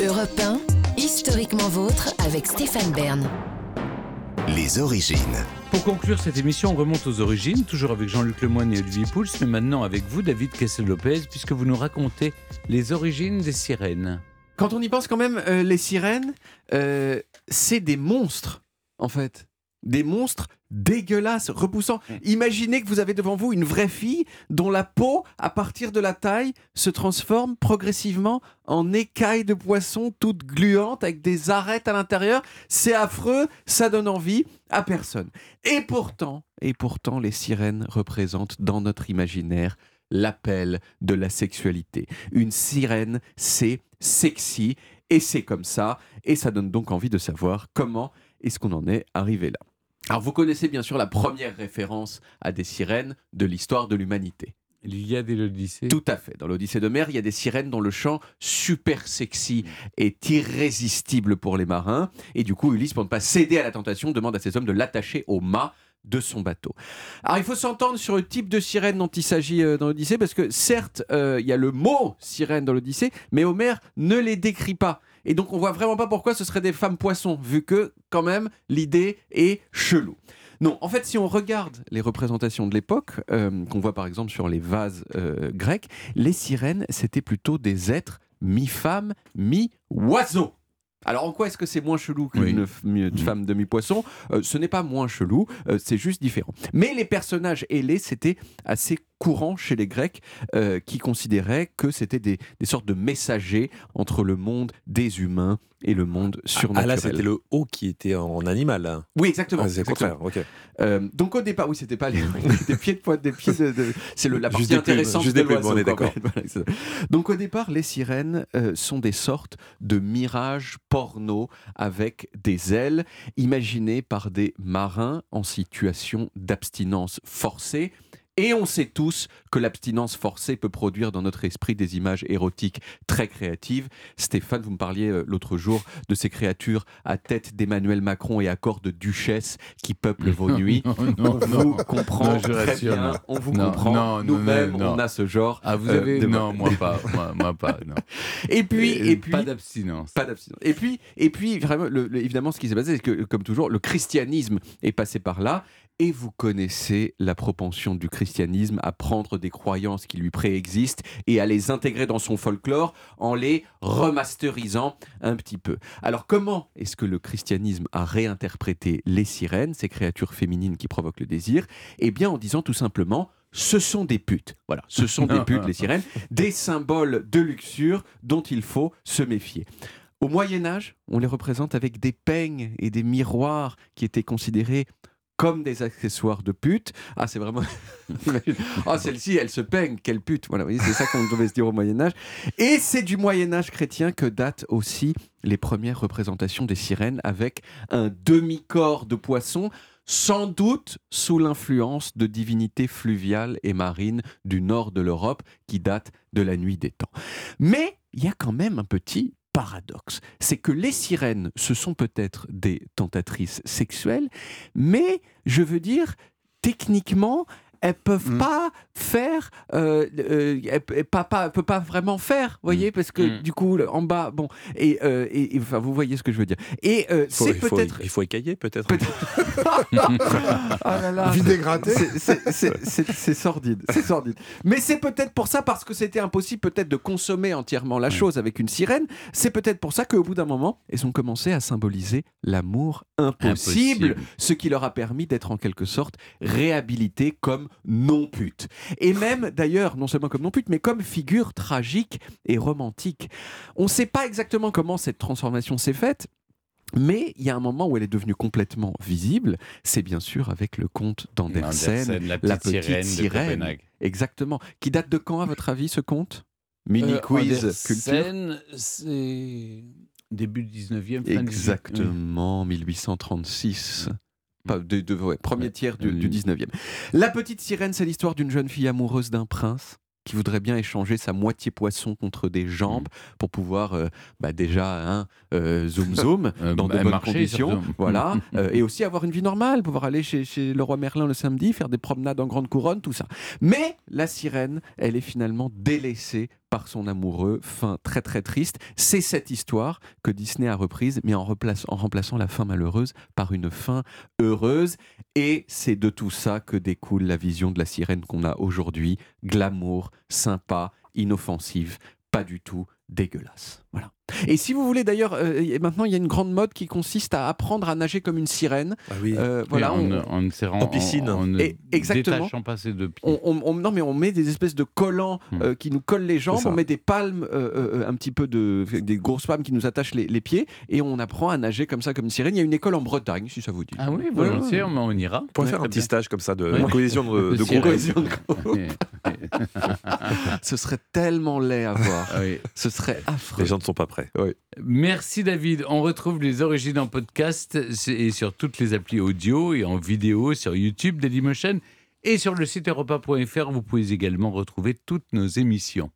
Europe 1, historiquement vôtre avec Stéphane Bern. Les origines. Pour conclure cette émission, on remonte aux origines, toujours avec Jean-Luc Lemoyne et Olivier Pouls, mais maintenant avec vous, David Kessel-Lopez, puisque vous nous racontez les origines des sirènes. Quand on y pense quand même, les sirènes, c'est des monstres, en fait. Des monstres dégueulasses, repoussants. Imaginez que vous avez devant vous une vraie fille dont la peau, à partir de la taille, se transforme progressivement en écailles de poisson toutes gluantes avec des arêtes à l'intérieur. C'est affreux, ça donne envie à personne. Et pourtant, les sirènes représentent dans notre imaginaire l'appel de la sexualité. Une sirène, c'est sexy et c'est comme ça. Et ça donne donc envie de savoir comment est-ce qu'on en est arrivé là. Alors vous connaissez bien sûr la première référence à des sirènes de l'histoire de l'humanité. L'Iliade et l'Odyssée. Tout à fait. Dans l'Odyssée d'Homère, il y a des sirènes dont le chant super sexy est irrésistible pour les marins. Et du coup, Ulysse, pour ne pas céder à la tentation, demande à ses hommes de l'attacher au mât de son bateau. Alors il faut s'entendre sur le type de sirène dont il s'agit dans l'Odyssée, parce que certes, il y a le mot sirène dans l'Odyssée, mais Homère ne les décrit pas. Et donc on voit vraiment pas pourquoi ce seraient des femmes poissons, vu que quand même l'idée est chelou. Non, en fait, si on regarde les représentations de l'époque, qu'on voit par exemple sur les vases grecs, les sirènes, c'était plutôt des êtres mi-femmes, mi-oiseaux. Alors en quoi est-ce que c'est moins chelou qu'une femme demi-poisson ? Ce n'est pas moins chelou, c'est juste différent. Mais les personnages ailés, c'était assez courant chez les Grecs qui considéraient que c'était des sortes de messagers entre le monde des humains et le monde surnaturel. Ah là, c'était le haut qui était en animal. Là. Oui, exactement. Ah, c'est le contraire, ok. Donc au départ, oui, c'était pas des pieds de pointe, des pieds de c'est la partie juste intéressante juste de des plumes, l'oiseau. on est d'accord. Donc au départ, les sirènes sont des sortes de mirages porno avec des ailes imaginées par des marins en situation d'abstinence forcée. Et on sait tous que l'abstinence forcée peut produire dans notre esprit des images érotiques très créatives. Stéphane, vous me parliez l'autre jour de ces créatures à tête d'Emmanuel Macron et à corps de duchesse qui peuplent vos nuits. On vous comprend très bien. On vous comprend. Nous-mêmes, on a ce genre. Ah, vous avez non, moi pas, moi pas. Non. Et puis, pas d'abstinence. Pas d'abstinence. Et puis, vraiment, évidemment, ce qui s'est passé, c'est que, comme toujours, le christianisme est passé par là. Et vous connaissez la propension du christianisme à prendre des croyances qui lui préexistent et à les intégrer dans son folklore en les remasterisant un petit peu. Alors comment est-ce que le christianisme a réinterprété les sirènes, ces créatures féminines qui provoquent le désir ? Eh bien en disant tout simplement « ce sont des putes ». Voilà, ce sont des putes les sirènes, des symboles de luxure dont il faut se méfier. Au Moyen-Âge, on les représente avec des peignes et des miroirs qui étaient considérés comme des accessoires de pute. Ah, c'est vraiment... Ah, celle-ci, elle se peigne, quelle pute. Voilà, vous voyez, c'est ça qu'on devait se dire au Moyen-Âge. Et c'est du Moyen-Âge chrétien que datent aussi les premières représentations des sirènes avec un demi-corps de poisson, sans doute sous l'influence de divinités fluviales et marines du nord de l'Europe qui datent de la nuit des temps. Mais il y a quand même un petit paradoxe, c'est que les sirènes, ce sont peut-être des tentatrices sexuelles, mais je veux dire, techniquement, elles peuvent pas faire, elles peuvent pas vraiment faire, vous voyez, parce que du coup, en bas, bon, et enfin, vous voyez ce que je veux dire. Et c'est peut-être... Il faut écailler, peut-être. Ah là là, c'est sordide, c'est sordide. Mais c'est peut-être pour ça, parce que c'était impossible peut-être de consommer entièrement la chose avec une sirène, c'est peut-être pour ça qu'au bout d'un moment, elles ont commencé à symboliser l'amour impossible, ce qui leur a permis d'être en quelque sorte réhabilitées comme non-pute. Et même, d'ailleurs, non seulement comme non-pute, mais comme figure tragique et romantique. On ne sait pas exactement comment cette transformation s'est faite, mais il y a un moment où elle est devenue complètement visible, c'est bien sûr avec le conte d'Andersen, la petite sirène. Exactement. Qui date de quand, à votre avis, ce conte ? Mini-quiz culture. C'est début 19e, fin Exactement, 1836. Premier tiers du 19e. La petite sirène, c'est l'histoire d'une jeune fille amoureuse d'un prince qui voudrait bien échanger sa moitié poisson contre des jambes pour pouvoir zoom zoom dans de bonnes conditions, voilà, et aussi avoir une vie normale, pouvoir aller chez le roi Merlin le samedi, faire des promenades en grande couronne, tout ça. Mais la sirène, elle est finalement délaissée par son amoureux, fin très très triste. C'est cette histoire que Disney a reprise, mais en remplaçant la fin malheureuse par une fin heureuse. Et c'est de tout ça que découle la vision de la sirène qu'on a aujourd'hui, glamour, sympa, inoffensive, pas du tout dégueulasse. Voilà. Et si vous voulez d'ailleurs, maintenant il y a une grande mode qui consiste à apprendre à nager comme une sirène. Ah oui. Voilà, en serrant, en piscine. en ne exactement. détachant pas ses deux pieds. Non, mais on met des espèces de collants qui nous collent les jambes, C'est ça. on met des palmes, un petit peu des grosses palmes qui nous attachent les pieds, et on apprend à nager comme ça, comme une sirène. Il y a une école en Bretagne, si ça vous dit. Ah oui, volontiers, on ira. On pourrait faire un Très petit bien. stage comme ça de Ouais. cohésion de De groupe. sirène. Cohésion de Ce serait tellement laid à voir. Ah oui. Ce serait affreux. Les gens ne sont pas prêts. Merci David. On retrouve les origines en podcast et sur toutes les applis audio et en vidéo sur YouTube, Dailymotion et sur le site europa.fr. Vous pouvez également retrouver toutes nos émissions.